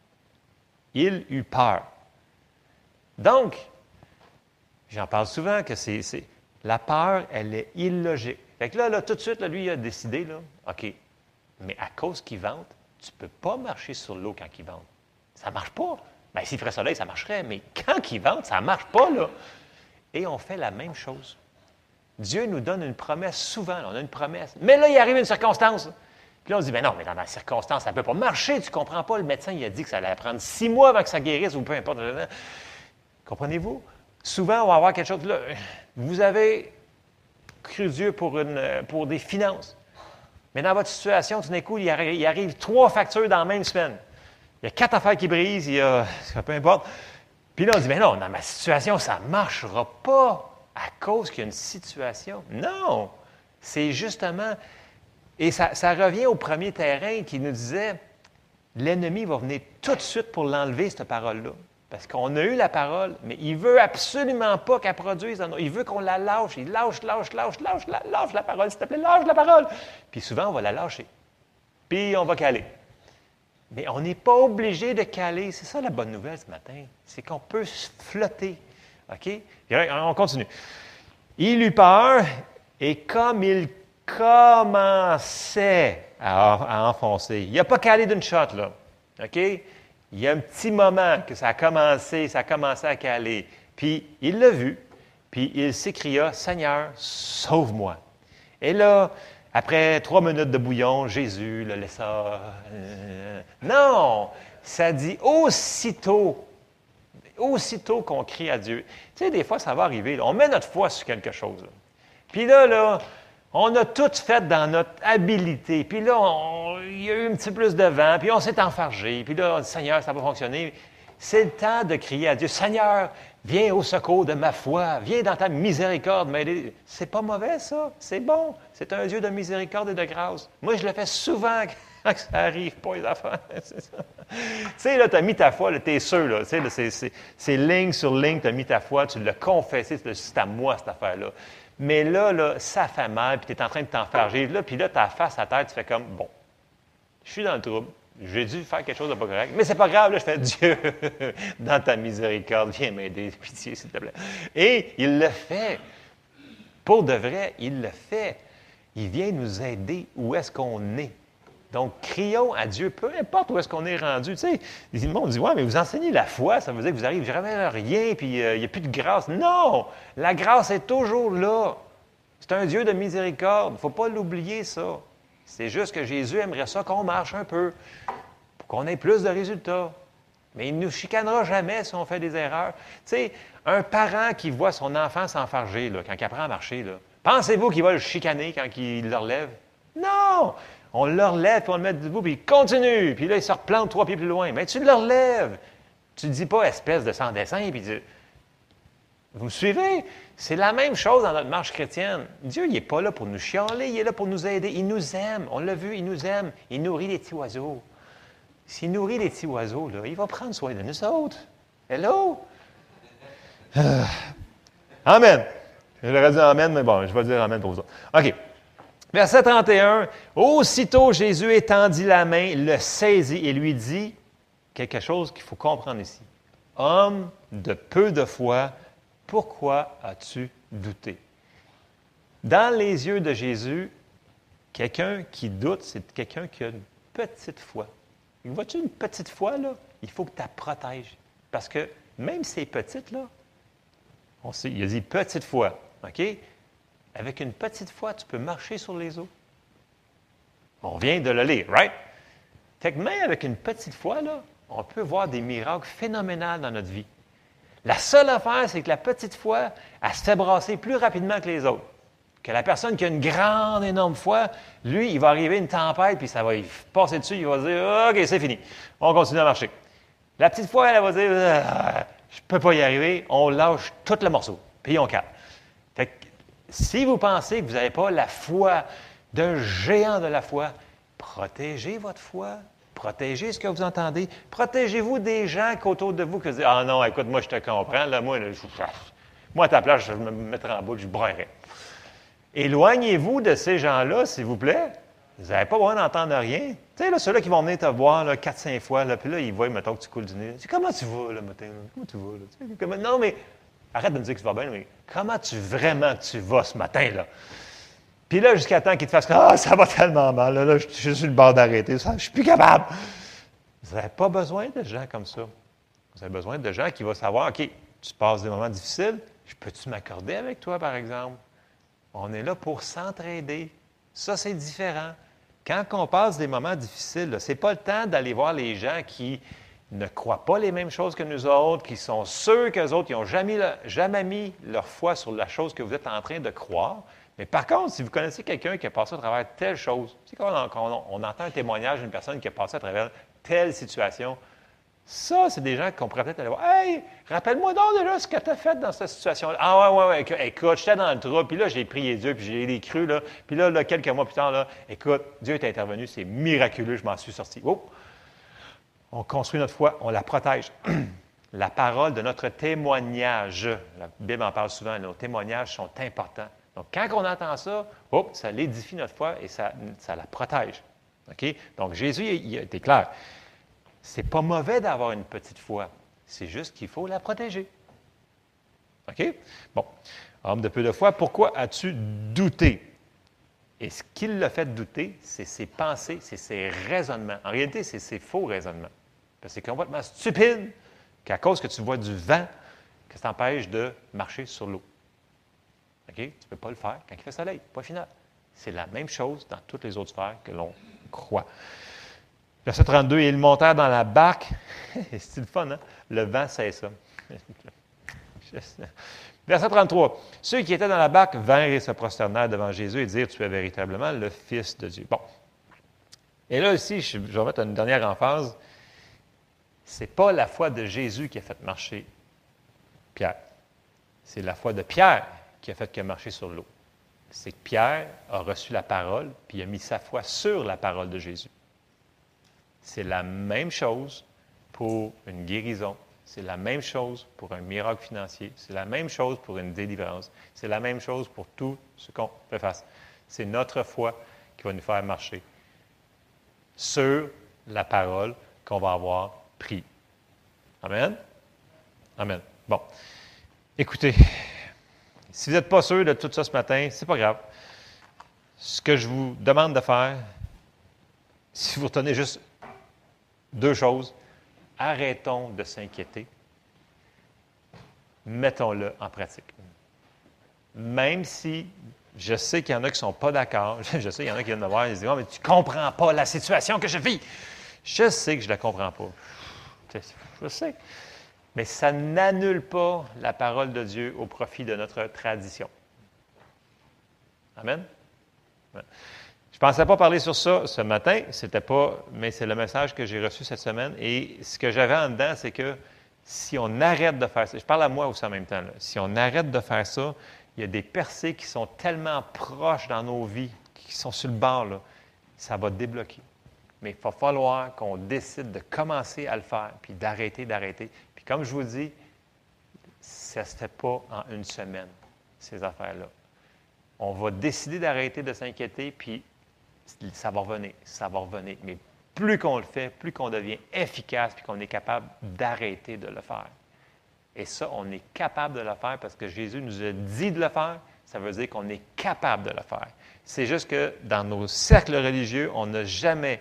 il eut peur. Donc, j'en parle souvent que la peur, elle est illogique. Fait que là, tout de suite, là, lui, il a décidé, là, OK, mais à cause qu'il vente, tu ne peux pas marcher sur l'eau quand il vente. Ça ne marche pas. Bien, s'il ferait soleil, ça marcherait, mais quand il vente, ça ne marche pas, là. Et on fait la même chose. Dieu nous donne une promesse souvent, là, on a une promesse. Mais là, il arrive une circonstance. Puis là, on se dit, bien non, mais dans la circonstance, ça ne peut pas marcher, tu ne comprends pas. Le médecin, il a dit que ça allait prendre 6 mois avant que ça guérisse, ou peu importe. Comprenez-vous? Souvent, on va avoir quelque chose là. Vous avez cru Dieu pour des finances. Mais dans votre situation, tout d'un coup, il arrive 3 factures dans la même semaine. Il y a 4 affaires qui brisent, il y a peu importe. Puis là, on dit, mais non, dans ma situation, ça ne marchera pas à cause qu'il y a une situation. Non! C'est justement... Et ça revient au premier terrain qui nous disait, l'ennemi va venir tout de suite pour l'enlever, cette parole-là. Parce qu'on a eu la parole, mais il ne veut absolument pas qu'elle produise. Il veut qu'on la lâche. Il lâche la parole, s'il te plaît, lâche la parole. Puis souvent, on va la lâcher. Puis on va caler. Mais on n'est pas obligé de caler. C'est ça la bonne nouvelle ce matin. C'est qu'on peut flotter. OK? On continue. Il eut peur, et comme il commençait à enfoncer, il n'a pas calé d'une shot, là. OK? Il y a un petit moment que ça a commencé à caler. Puis il l'a vu, puis il s'écria, « Seigneur, sauve-moi. » Et là, après 3 minutes de bouillon, Jésus le laissa. Non! Ça dit aussitôt qu'on crie à Dieu. Tu sais, des fois, ça va arriver. Là, on met notre foi sur quelque chose. Là. Puis là, on a tout fait dans notre habilité. Puis là, il y a eu un petit peu plus de vent, puis on s'est enfargé. Puis là, on dit, Seigneur, ça va fonctionner. C'est le temps de crier à Dieu, Seigneur, viens au secours de ma foi, viens dans ta miséricorde m'aider. C'est pas mauvais, ça. C'est bon. C'est un Dieu de miséricorde et de grâce. Moi, je le fais souvent quand ça arrive, pas les affaires. C'est ça. Tu sais, là, tu as mis ta foi, tu es sûr, là. Tu sais, c'est ligne sur ligne, tu as mis ta foi, tu l'as confessé, c'est à moi, cette affaire-là. Mais là, ça fait mal, puis tu es en train de t'enfarger. Puis là, tu as face à terre, tu fais comme, bon, je suis dans le trouble, j'ai dû faire quelque chose de pas correct, mais c'est pas grave, là, je fais, Dieu, dans ta miséricorde, viens m'aider, pitié, s'il te plaît. Et il le fait. Pour de vrai, il le fait. Il vient nous aider où est-ce qu'on est. Donc, crions à Dieu, peu importe où est-ce qu'on est rendu. Tu sais, le monde dit, ouais, mais vous enseignez la foi, ça veut dire que vous n'arrivez jamais à rien, puis il n'y a plus de grâce. Non! La grâce est toujours là. C'est un Dieu de miséricorde. Il ne faut pas l'oublier, ça. C'est juste que Jésus aimerait ça qu'on marche un peu, pour qu'on ait plus de résultats. Mais il ne nous chicanera jamais si on fait des erreurs. Tu sais, un parent qui voit son enfant s'enfarger, là, quand il apprend à marcher, là, pensez-vous qu'il va le chicaner quand il le relève? Non! On le relève, puis on le met debout, puis il continue. Puis là, il se replante 3 pieds plus loin. Mais tu le relèves. Tu ne dis pas espèce de sans-dessin, puis tu... Vous me suivez? C'est la même chose dans notre marche chrétienne. Dieu, il n'est pas là pour nous chialer, il est là pour nous aider. Il nous aime. On l'a vu, il nous aime. Il nourrit les petits oiseaux. S'il nourrit les petits oiseaux, là, il va prendre soin de nous autres. Hello? Amen. J'aurais dit Amen, mais bon, je vais dire Amen pour vous autres. OK. Verset 31. Aussitôt, Jésus étendit la main, le saisit et lui dit quelque chose qu'il faut comprendre ici. Homme de peu de foi, pourquoi as-tu douté? Dans les yeux de Jésus, quelqu'un qui doute, c'est quelqu'un qui a une petite foi. Vois-tu une petite foi, là? Il faut que tu la protèges. Parce que même si c'est petite, là, on sait, il a dit petite foi. OK? Avec une petite foi, tu peux marcher sur les eaux. On vient de le lire, right? Fait que même avec une petite foi, là, on peut voir des miracles phénoménaux dans notre vie. La seule affaire, c'est que la petite foi, elle se fait brasser plus rapidement que les autres. Que la personne qui a une grande, énorme foi, lui, il va arriver une tempête, puis ça va y passer dessus, il va dire « OK, c'est fini. On continue à marcher. » La petite foi, elle va dire « Je ne peux pas y arriver. » On lâche tout le morceau, puis on calme. Fait que si vous pensez que vous n'avez pas la foi d'un géant de la foi, protégez votre foi. Protégez ce que vous entendez. Protégez-vous des gens qu'autour de vous qui disent « Ah non, écoute, moi, je te comprends. Là, moi, à ta place, je vais me mettre en boule, je broyerais. » Éloignez-vous de ces gens-là, s'il vous plaît. Vous n'avez pas besoin d'entendre rien. Tu sais, là, ceux-là qui vont venir te voir 4-5 fois, là, puis là, ils voient, mettons, que tu coules du nez. Comment tu vas, le matin? Là? Comment tu vas? Là? Non, mais arrête de me dire que tu vas bien, mais comment vraiment tu vas ce matin, là? Puis là, jusqu'à temps qu'ils te fassent « Ah, ça va tellement mal, là, je suis sur le bord d'arrêter, je ne suis plus capable. » Vous n'avez pas besoin de gens comme ça. Vous avez besoin de gens qui vont savoir « OK, tu passes des moments difficiles, peux-tu m'accorder avec toi, par exemple? » On est là pour s'entraider. Ça, c'est différent. Quand on passe des moments difficiles, ce n'est pas le temps d'aller voir les gens qui ne croient pas les mêmes choses que nous autres, qui sont sûrs qu'eux autres, ils n'ont jamais mis leur foi sur la chose que vous êtes en train de croire. Mais par contre, si vous connaissez quelqu'un qui a passé à travers telle chose, tu sais, quand on entend un témoignage d'une personne qui a passé à travers telle situation, ça, c'est des gens qu'on pourrait peut-être aller voir. « Hey, rappelle-moi donc déjà ce que tu as fait dans cette situation-là. »« Ah ouais, écoute, j'étais dans le trou, puis là, j'ai prié Dieu, puis j'ai les cru, là. Puis là, quelques mois plus tard, là, écoute, Dieu est intervenu, c'est miraculeux, je m'en suis sorti. » Oh! On construit notre foi, on la protège. La parole de notre témoignage, la Bible en parle souvent, nos témoignages sont importants. Donc, quand on entend ça, ça l'édifie notre foi et ça la protège. OK? Donc, Jésus, il a été clair. C'est pas mauvais d'avoir une petite foi. C'est juste qu'il faut la protéger. OK? Bon. Homme de peu de foi, pourquoi as-tu douté? Et ce qui l'a fait douter, c'est ses pensées, c'est ses raisonnements. En réalité, c'est ses faux raisonnements. Parce que c'est complètement stupide qu'à cause que tu vois du vent, que ça t'empêche de marcher sur l'eau. OK? Tu ne peux pas le faire quand il fait soleil, pas final. C'est la même chose dans toutes les autres sphères que l'on croit. Verset 32, ils montèrent dans la barque. C'est le fun, hein? Le vent cessa. Verset 33, ceux qui étaient dans la barque vinrent et se prosternèrent devant Jésus et dirent, tu es véritablement le Fils de Dieu. Bon. Et là aussi, je vais mettre une dernière emphase. Ce n'est pas la foi de Jésus qui a fait marcher Pierre. C'est la foi de Pierre qui a fait qu'il a marché sur l'eau. C'est que Pierre a reçu la parole, puis il a mis sa foi sur la parole de Jésus. C'est la même chose pour une guérison. C'est la même chose pour un miracle financier. C'est la même chose pour une délivrance. C'est la même chose pour tout ce qu'on fait face. C'est notre foi qui va nous faire marcher sur la parole qu'on va avoir prise. Amen? Amen. Bon. Écoutez, si vous n'êtes pas sûr de tout ça ce matin, c'est pas grave. Ce que je vous demande de faire, si vous retenez juste 2 choses, arrêtons de s'inquiéter. Mettons-le en pratique. Même si je sais qu'il y en a qui ne sont pas d'accord, je sais qu'il y en a qui viennent me voir et disent « Oh, mais tu ne comprends pas la situation que je vis. » Je sais que je ne la comprends pas. Je sais. Mais ça n'annule pas la parole de Dieu au profit de notre tradition. Amen? Je ne pensais pas parler sur ça ce matin, mais c'est le message que j'ai reçu cette semaine. Et ce que j'avais en dedans, c'est que si on arrête de faire ça, je parle à moi aussi en même temps, là, si on arrête de faire ça, il y a des percées qui sont tellement proches dans nos vies, qui sont sur le bord, là, ça va débloquer. Mais il va falloir qu'on décide de commencer à le faire, puis d'arrêter. Puis comme je vous dis, ça ne se fait pas en une semaine, ces affaires-là. On va décider d'arrêter de s'inquiéter, puis ça va revenir. Mais plus qu'on le fait, plus qu'on devient efficace, puis qu'on est capable d'arrêter de le faire. Et ça, on est capable de le faire parce que Jésus nous a dit de le faire. Ça veut dire qu'on est capable de le faire. C'est juste que dans nos cercles religieux, on n'a jamais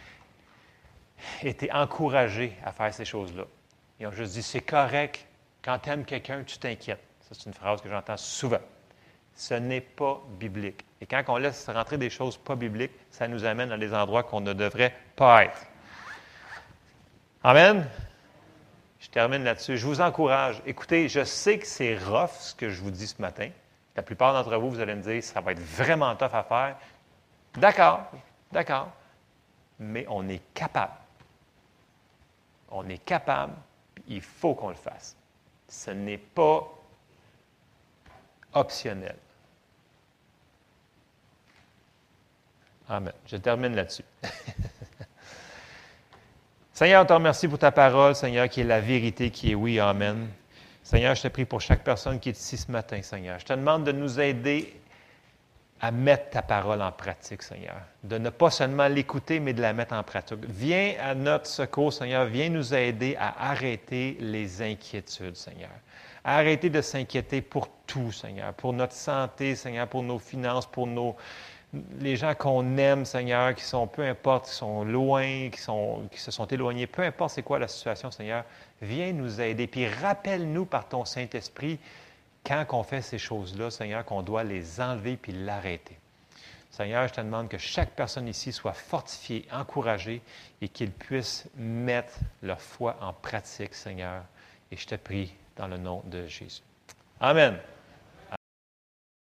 été encouragé à faire ces choses-là. Ils ont juste dit, c'est correct, quand tu aimes quelqu'un, tu t'inquiètes. Ça, c'est une phrase que j'entends souvent. Ce n'est pas biblique. Et quand on laisse rentrer des choses pas bibliques, ça nous amène dans des endroits qu'on ne devrait pas être. Amen? Je termine là-dessus. Je vous encourage. Écoutez, je sais que c'est rough ce que je vous dis ce matin. La plupart d'entre vous, vous allez me dire, ça va être vraiment tough à faire. D'accord. Mais on est capable. On est capable, il faut qu'on le fasse. Ce n'est pas optionnel. Amen. Je termine là-dessus. Seigneur, on te remercie pour ta parole, Seigneur, qui est la vérité, qui est oui, amen. Seigneur, je te prie pour chaque personne qui est ici ce matin, Seigneur. Je te demande de nous aider à mettre ta parole en pratique, Seigneur. De ne pas seulement l'écouter, mais de la mettre en pratique. Viens à notre secours, Seigneur. Viens nous aider à arrêter les inquiétudes, Seigneur. À arrêter de s'inquiéter pour tout, Seigneur. Pour notre santé, Seigneur, pour nos finances, pour les gens qu'on aime, Seigneur, qui sont, peu importe, qui sont loin, qui se sont éloignés, peu importe c'est quoi la situation, Seigneur, viens nous aider. Puis rappelle-nous par ton Saint-Esprit, quand on fait ces choses-là, Seigneur, qu'on doit les enlever puis l'arrêter. Seigneur, je te demande que chaque personne ici soit fortifiée, encouragée et qu'ils puissent mettre leur foi en pratique, Seigneur. Et je te prie dans le nom de Jésus. Amen.